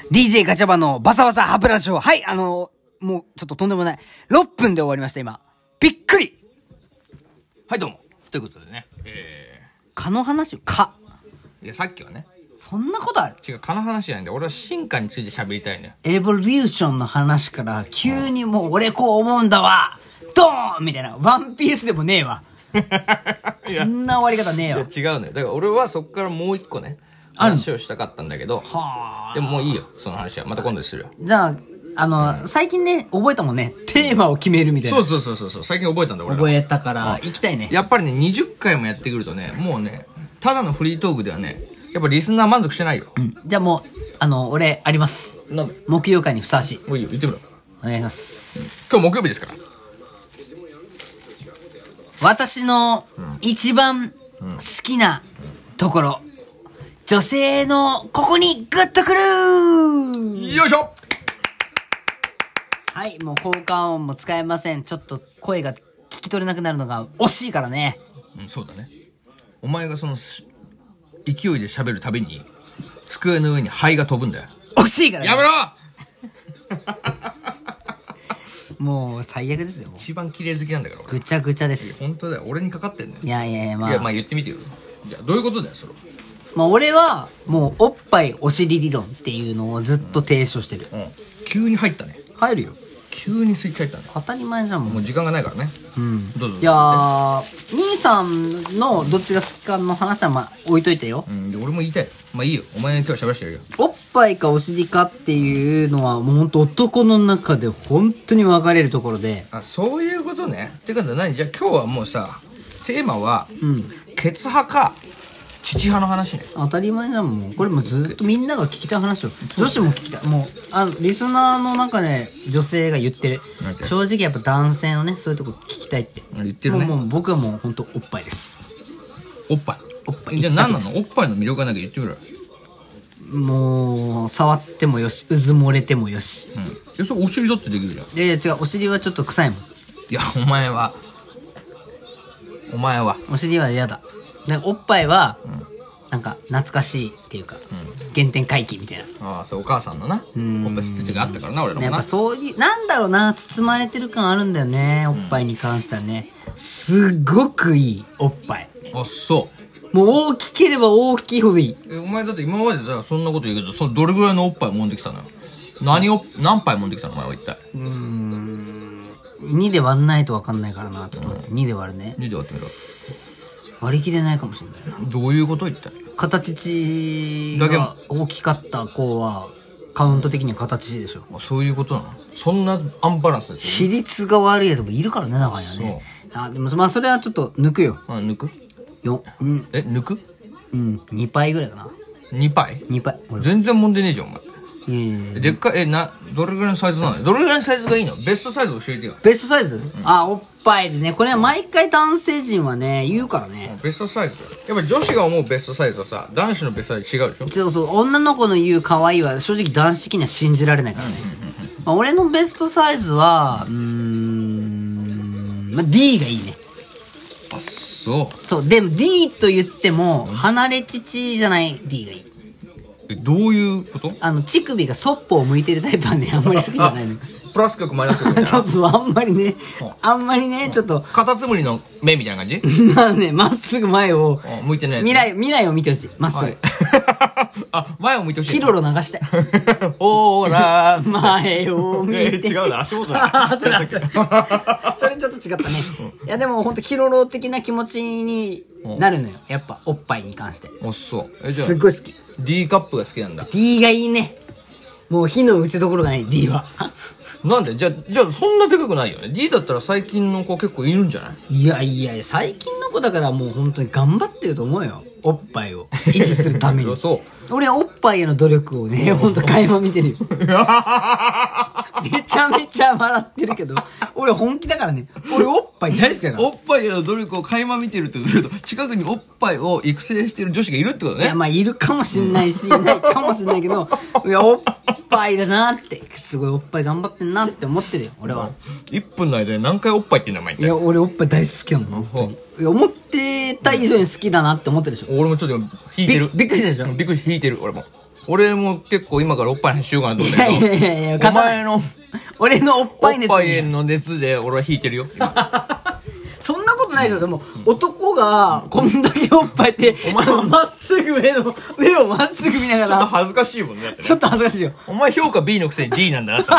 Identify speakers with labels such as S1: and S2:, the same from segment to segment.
S1: DJ ガチャバのバサバサハブラジオ。はい、もうちょっととんでもない。6分で終わりました、今。びっくり。
S2: はい、どうも。ということでね。
S1: 蚊の話を、蚊。
S2: いや、さっきはね。
S1: そんなことある？
S2: 違う、蚊の話じゃないんで、俺は進化について喋りたいのよ。
S1: エボリューションの話から、急にもう俺こう思うんだわ。ドーンみたいな。ワンピースでもねえわ。そんな終わり方ねえわ。
S2: いや、違うのよ。だから俺はそっからもう一個ね、話をしたかったんだけど。はあ。でももういいよ、その話は。また今度でするよ。
S1: じゃあ、最近ね、覚えたもんね。テーマを決めるみたいな。
S2: そう。最近覚えたんだ、俺ら。
S1: 覚えたから、行きたいね。
S2: やっぱりね、20回もやってくるとね、もうね、ただのフリートークではね、やっぱリスナー満足してないよ。
S1: うん。じゃあもう、俺、あります。
S2: なんで？
S1: 木曜会にふさわしい。
S2: もういいよ、言ってみろ。
S1: お願いします。
S2: 今日木曜日ですから。
S1: 私の一番好きなところ。女性のここにグッとくる。
S2: よいしょ。
S1: はい、もう効果音も使えません。ちょっと声が聞き取れなくなるのが惜しいからね。
S2: うん、そうだね。お前がその勢いで喋るたびに机の上に灰が飛ぶんだよ。
S1: 惜しいからね。
S2: やめろ。
S1: もう最悪ですよ。
S2: 一番綺麗好きなんだから俺。
S1: ぐちゃぐちゃです。
S2: 本当だよ。俺にかかってんだよ。
S1: いやまあ。
S2: いや、まあ言ってみてよ。じゃあどういうことだよそれ。
S1: まあ俺はもうおっぱいお尻理論っていうのをずっと提唱してる。
S2: うん。急に入ったね。
S1: 入るよ。
S2: 急にスイッチ入ったね。
S1: 当たり前じゃん
S2: もう時間がないからね。
S1: うん。
S2: どうぞ。
S1: いや兄さんのどっちが好きかの話はまあ置いといてよ。
S2: うん。で俺も言いたい。まあいいよ。お前今日喋らせてやるよ。
S1: おっぱいかお尻かっていうのはもうほんと男の中で本当に分かれるところで。
S2: あ、そういうことね。ってことは何？じゃあ今日はもうさ、テーマは、ケツ派か父派の話ね。
S1: 当たり前じゃん。もうこれもずっとみんなが聞きたい話を、女子も聞きたい。もうリスナーの中で女性が言ってる。正直やっぱ男性のねそういうとこ聞きたいって
S2: 言ってるね。
S1: もう僕はもう本当おっぱいです。
S2: おっぱい。じゃあ何なの？おっぱいの魅力がなきゃ言ってみろよ。
S1: もう触ってもよし、うず漏れてもよし。
S2: それお尻だってできるじゃん。
S1: いや違う、お尻はちょっと臭いもん。
S2: いやお前は
S1: お尻は嫌だ。でおっぱいは、なんか懐かしいっていうか、原点回帰みたいな。
S2: ああ、そうお母さんのな、おっぱい吸ってる時があったからな俺らもな。
S1: やっぱそういうなんだろうな、包まれてる感あるんだよね、おっぱいに関してはね。すごくいいおっぱい。
S2: あ、そう。
S1: もう大きければ大きいほどいい。
S2: お前だって今までさそんなこと言うけど、そのどれぐらいのおっぱい揉んできたのよ。何杯揉んできたのお前は一体。
S1: 2で割んないと分かんないからな。ちょっと待って、2で割るね。
S2: 2で割ってみろ。
S1: 割り切れないかもしれないな。
S2: どういうこと言った
S1: 形が大きかった子はカウント的には形でしょ。
S2: そういうことなの？そんなアンバランスです
S1: よ。比率が悪いやつもいるからね、中にはね。でもまあそれはちょっと抜くよ。
S2: 抜く？抜く
S1: ？2杯ぐらいかな。
S2: 2杯
S1: ？2杯。
S2: 全然揉んでねえじゃんお前。でっかいどれぐらいのサイズなの？どれぐらいのサイズがいいの？ベストサイズ教えてよ。
S1: ベストサイズ？おっぱいでね、これは毎回男性陣はね言うからね。
S2: ベストサイズ。やっぱり女子が思うベストサイズはさ、男子のベストサイズ違うでしょ？
S1: そう女の子の言う可愛いは正直男子的には信じられないからね。俺のベストサイズはD がいいね。
S2: あ、そう。
S1: そうでも D と言っても離れ乳じゃない D がいい。
S2: どういうこと？
S1: 乳首がそっぽを向いてるタイプはね、あんまり好きじゃないの。
S2: プラス極マイナス極みたいな。
S1: そう、あんまりね、ちょっと。
S2: カタツムリの目みたいな感じ？
S1: まっすぐ前を。
S2: 向いてない。
S1: 未来を見てほしい。まっすぐ。
S2: 前を向いてほしい。
S1: キロロ流したい。
S2: ほーらー。
S1: 前を見て。
S2: 違うな、足元だ。
S1: それちょっと違ったね。いや、でもほんとキロロ的な気持ちになるのよ。やっぱ、おっぱいに関して。
S2: そう。じゃあ
S1: すっごい好き。
S2: D カップが好きなんだ。
S1: D がいいね。もう火の打ちどころがない D は。
S2: なんで？じゃあそんなでかくないよね。 D だったら最近の子結構いるんじゃない？
S1: いや最近の子だからもう本当に頑張ってると思うよ、おっぱいを維持するために。
S2: そう。
S1: 俺はおっぱいへの努力をね、ほんと垣間見てるよ。めちゃめちゃ笑ってるけど、俺本気だからね。俺おっぱい大好きだから。
S2: おっぱいへの努力を垣間見てるってこと、近くにおっぱいを育成してる女子がいるってことね。
S1: いや、まあいるかもしんないし、いないかもしんないけど、いや、おっぱいだなって、すごいおっぱい頑張ってんなって思ってるよ、俺は。
S2: 1分の間で何回おっぱいって言うのお前。
S1: いや、俺おっぱい大好きだもん、本当に。いや、思ってた以上に好きだなって思ってるでしょ。
S2: 俺もちょっと引いてる。
S1: びっくりしたでしょ。
S2: びっくり引いてる俺も。 俺も結構今からおっぱいの話しようかなと思ったけど、
S1: いや
S2: お前の
S1: 俺のおっぱい熱
S2: おっぱいの熱で俺は引いてるよ。
S1: そんなことないでしょ。でも、男がこんだけおっぱいってお前まっすぐ目をまっすぐ見ながら
S2: ちょっと恥ずかしいもんね。
S1: ちょっと恥ずかしいよ。
S2: お前評価 B のくせに D なんだなって。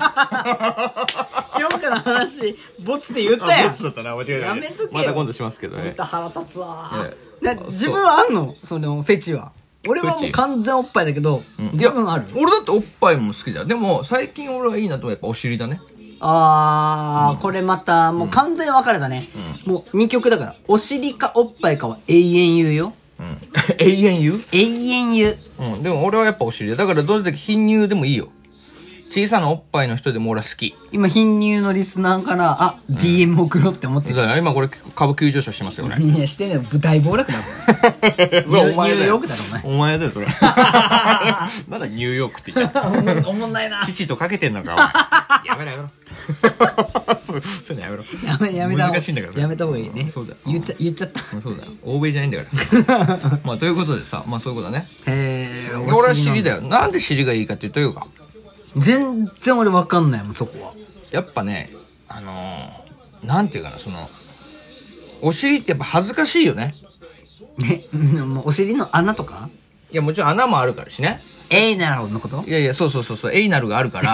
S1: 評価の話ボツって言ったやん。
S2: ボツだったな、間違えた。
S1: やめとけよ。
S2: また今度しますけどね。
S1: 腹立つわ。自分はあんのそのフェチは。俺はもう完全おっぱいだけど、自分ある。
S2: 俺だっておっぱいも好きだよ。でも最近俺はいいなと思うやっぱお尻だね。
S1: これまたもう完全に分かれたね。もう2曲だから、お尻かおっぱいかは永遠言うよ。
S2: 永遠言う？
S1: 永遠言う。
S2: でも俺はやっぱお尻だから、どれだけ貧乳でもいいよ。小さなおっぱいの人でも俺は好き。
S1: 今貧乳のリスナーからDM 送ろうって思ってる。
S2: だから今これ株急上昇してますよ俺。
S1: いやしてねえ、舞台暴落だろ。
S2: お前だよ。
S1: ニューヨークだろお前。
S2: お前だよそれ。まだニューヨークって言った。
S1: おもんないな。
S2: 父とかけてんのかお前。やめろやめろ。そういうのやめろ。
S1: やめた。
S2: 難しいんだから
S1: やめた方がいいね。
S2: そうだよ。
S1: 言っちゃった。
S2: そうだよ。欧米じゃないんだから。まあということでさ、まあそういうことだね。俺は尻だよ。なんで尻がいいかって言うというか。
S1: 全然俺分かんないもんそこは。
S2: やっぱね、なんていうかな、お尻ってやっぱ恥ずかしいよね。
S1: もうお尻の穴とか？
S2: いやもちろん穴もあるからしね。
S1: エイナルのこと？
S2: いやいや、そう、エイナルがあるから。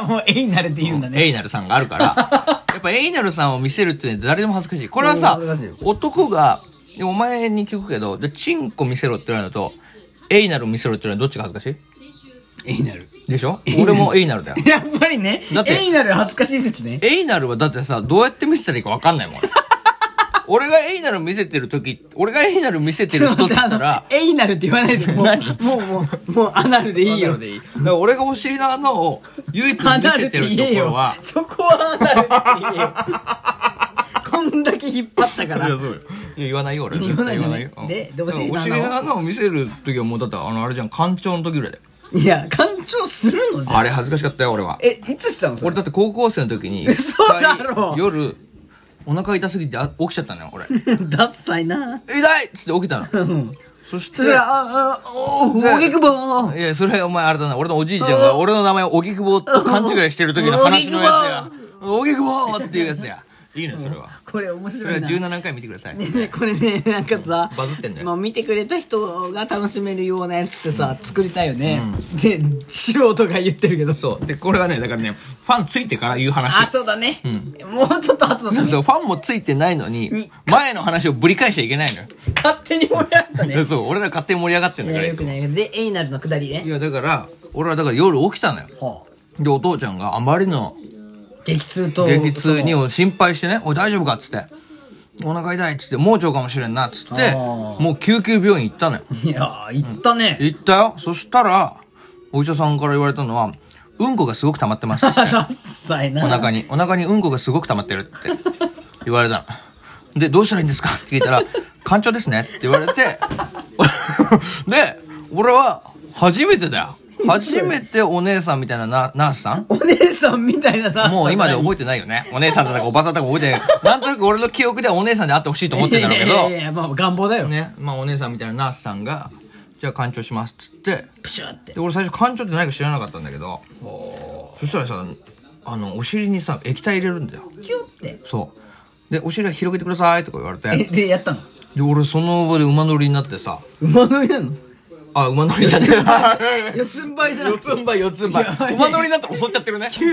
S1: もうエイナルって言うんだね。
S2: エイナルさんがあるから。やっぱエイナルさんを見せるって誰でも恥ずかしい。これはさ、男が、お前に聞くけど、チンコ見せろって言われるのと、エイナル見せろって言われるのどっちが恥ずかしい？
S1: エイナル。
S2: でしょ？俺もエイナルだよ。
S1: やっぱりね。だって、エイナル恥ずかしい説ね。
S2: エイナルはだってさ、どうやって見せたらいいか分かんないもん。俺がエイナル見せてる時、俺がエイナル見せてる人って言ったら、
S1: エイナルって言わないで、もうアナルでいいよ。
S2: アナルでいい。だから俺がお尻の穴を唯一見せてるところは、
S1: そこはアナルって言えよ。こんだけ引っ張ったから。
S2: いや、そうよ。言わないよ、俺。
S1: 言わない
S2: よ。
S1: で、お尻
S2: の穴を見せる時はもう、だってあれじゃん、干潮の時ぐらいだよ。
S1: いや、干潮するのじゃん。
S2: あれ恥ずかしかったよ、俺は。
S1: いつしたのそれ？
S2: 俺だって高校生の時に、
S1: 嘘だろ。
S2: 夜、お腹痛すぎて起きちゃったのよ、俺。
S1: ダッサいな。
S2: 痛いっつって起きたの。そして、
S1: それおぎくぼ
S2: いや、それお前あれだな、俺のおじいちゃんが俺の名前をおぎくぼと勘違いしてる時の話のやつや。おぎくぼっていうやつや。いいのそれは。
S1: これ面白いな。
S2: それは17回見てください。
S1: ねこれね、なんかさ、
S2: バズってんだよ。
S1: まあ見てくれた人が楽しめるようなやつってさ、作りたいよね。で、素人が言ってるけど。
S2: そう。で、これはね、だからね、ファンついてから言う話。
S1: そうだね。もうちょっと後だね。
S2: そう、ファンもついてないのに、前の話をぶり返しちゃいけないのよ。
S1: 勝手に盛り上がったね。
S2: そう、俺ら勝手に盛り上がってんだから。
S1: よくない。で、エイナルのくだりね。
S2: いや、だから、俺はだから夜起きたのよ。で、お父ちゃんがあまりの、
S1: 激痛
S2: に心配してね、おい大丈夫かっつって。お腹痛いっつって、盲腸かもしれんなっつって、もう救急病院行ったのよ。
S1: いやー、行ったね。
S2: 行ったよ。そしたら、お医者さんから言われたのは、うんこがすごく溜まってますっつって。
S1: ダッサいな。
S2: お腹にうんこがすごく溜まってるって言われたの。で、どうしたらいいんですかって聞いたら、干潮ですねって言われて、で、俺は初めてだよ。初めてお姉さんみたいなナースさん？
S1: お姉さんみたいなナースさん。
S2: もう今で覚えてないよね。お姉さんだとかおばさんとか覚えてない。なんとなく俺の記憶ではお姉さんであってほしいと思ってたんだけど。
S1: いや、まあ願望だよ。
S2: ね。まあお姉さんみたいなナースさんが、じゃあ干潮しますっつって。
S1: プシュって。
S2: で、俺最初干潮って何か知らなかったんだけど。そしたらさ、お尻にさ、液体入れるんだよ。
S1: キュって。
S2: そう。で、お尻広げてくださいとか言われて。
S1: で、やったの？
S2: で、俺その場で馬乗りになってさ。
S1: 馬乗りなの？
S2: 馬乗りじゃね
S1: え。四つん這いじゃなくて。
S2: 四つん這い。馬乗りになったら襲っちゃってるね。
S1: 急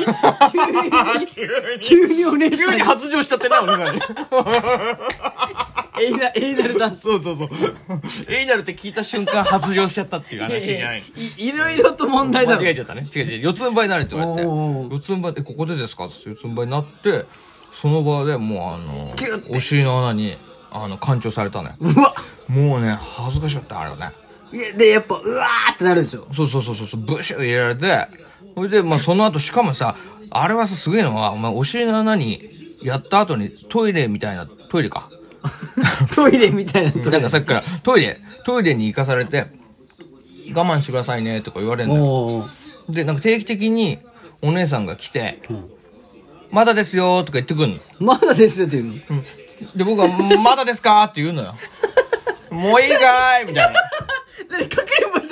S1: にお姉さん。
S2: 急に発情しちゃってね、お姉さんに。
S1: エイナルダンス。
S2: そう。エイナルって聞いた瞬間発情しちゃったっていう話じゃない。
S1: いろいろと問題だろ。
S2: 間違えちゃったね。違う。四つん這いになれって言われて。四つん這い、ここでですかって四つん這いになって、その場でもうお尻の穴に、干潮されたね。
S1: うわ
S2: もうね、恥ずかしかった、あれはね。
S1: で、やっぱ、うわーってなるでしょ。
S2: そう、ブシュー入れられて、それで、まあ、その後、しかもさ、あれはさ、すげえのは、お前、お尻の穴に、やった後に、トイレみたいな、トイレか。
S1: トイレみたいなトイレ。
S2: なんかさっきから、トイレに行かされて、我慢してくださいね、とか言われるのよ。で、なんか定期的に、お姉さんが来て、まだですよーとか言ってくんの。
S1: まだですよって言うの。
S2: で、僕は、まだですかーって言うのよ。もういいかーいみたいな。
S1: かくれんぼし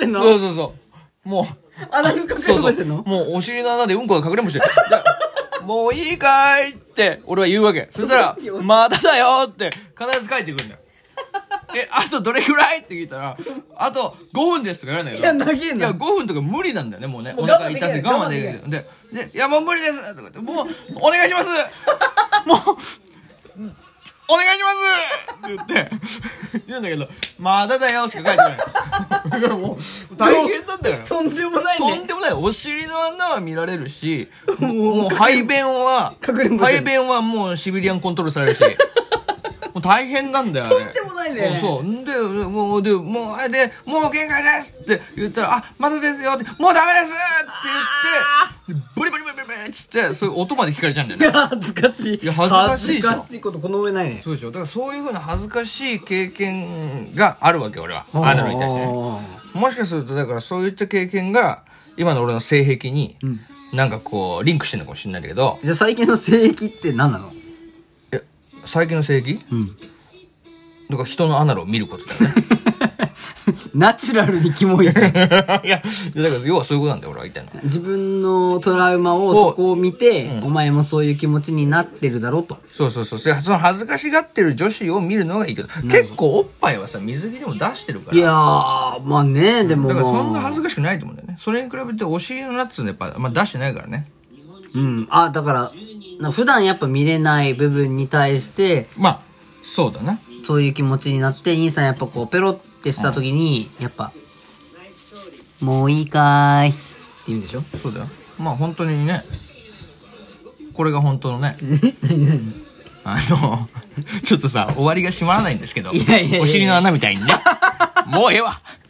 S1: してんの？
S2: そうそうそう。もう。
S1: 穴に隠れんぼしてんの？
S2: そうそうもうお尻の穴でうんこが隠れんぼしてる。もういいかいって俺は言うわけ。そしたら、まだだよって必ず帰ってくるんだよ。あとどれくらいって聞いたら、あと5分ですとか言わないんだけど。
S1: いや、長えな。
S2: いや、5分とか無理なんだよね、もうね。お腹痛すぎ我慢できる。で、いや、もう無理ですとか言って、もう、お願いしますもう、お願いしますって言って、言うんだけど、まだだよしか書いてない。もう、大変なんだよ。
S1: とんでもないね。
S2: とんでもない。お尻の穴は見られるし、もう排便は、もうシビリアンコントロールされるし、もう大変なんだよ、あれ。
S1: とんでもないね。
S2: そう。で、もう限界ですって言ったら、あ、まだですよって、もうダメですって言って、ブリブリブリブリっつって、そういう音まで聞かれちゃうんだよね。
S1: いや、恥ずかしい。
S2: いや、恥ずかしいでしょ。
S1: 恥ずかしいことこの上ないね。
S2: そうでしょ。だからそういうふうな恥ずかしい経験があるわけ、俺は。アナルに対してね。もしかすると、だからそういった経験が、今の俺の性癖に、なんかこう、リンクしてるのかもしれないんだけど。
S1: じゃあ最近の性癖って何なの？
S2: 最近の性癖？だから人のアナルを見ることだよね。
S1: ナチュラルにキモいじゃん。
S2: いや、だから要はそういうことなんだよ、俺は言いたいの。
S1: 自分のトラウマをそこを見て、お前もそういう気持ちになってるだろうと。
S2: そう。その恥ずかしがってる女子を見るのがいいけど、結構おっぱいはさ、水着でも出してるから。
S1: いやー、まあね、でも
S2: だからそんな恥ずかしくないと思うんだよね。それに比べてお尻のナッツやっぱ、出してないからね。
S1: あ、だから、普段やっぱ見れない部分に対して、
S2: そうだな。
S1: そういう気持ちになって、インさんやっぱこう、ペロってした時に、やっぱ、もういいかーいって言うんでしょ？
S2: そうだよ。本当にね、これが本当のね。ちょっとさ、終わりが閉まらないんですけど、
S1: いや
S2: お尻の穴みたいにね。もうええわ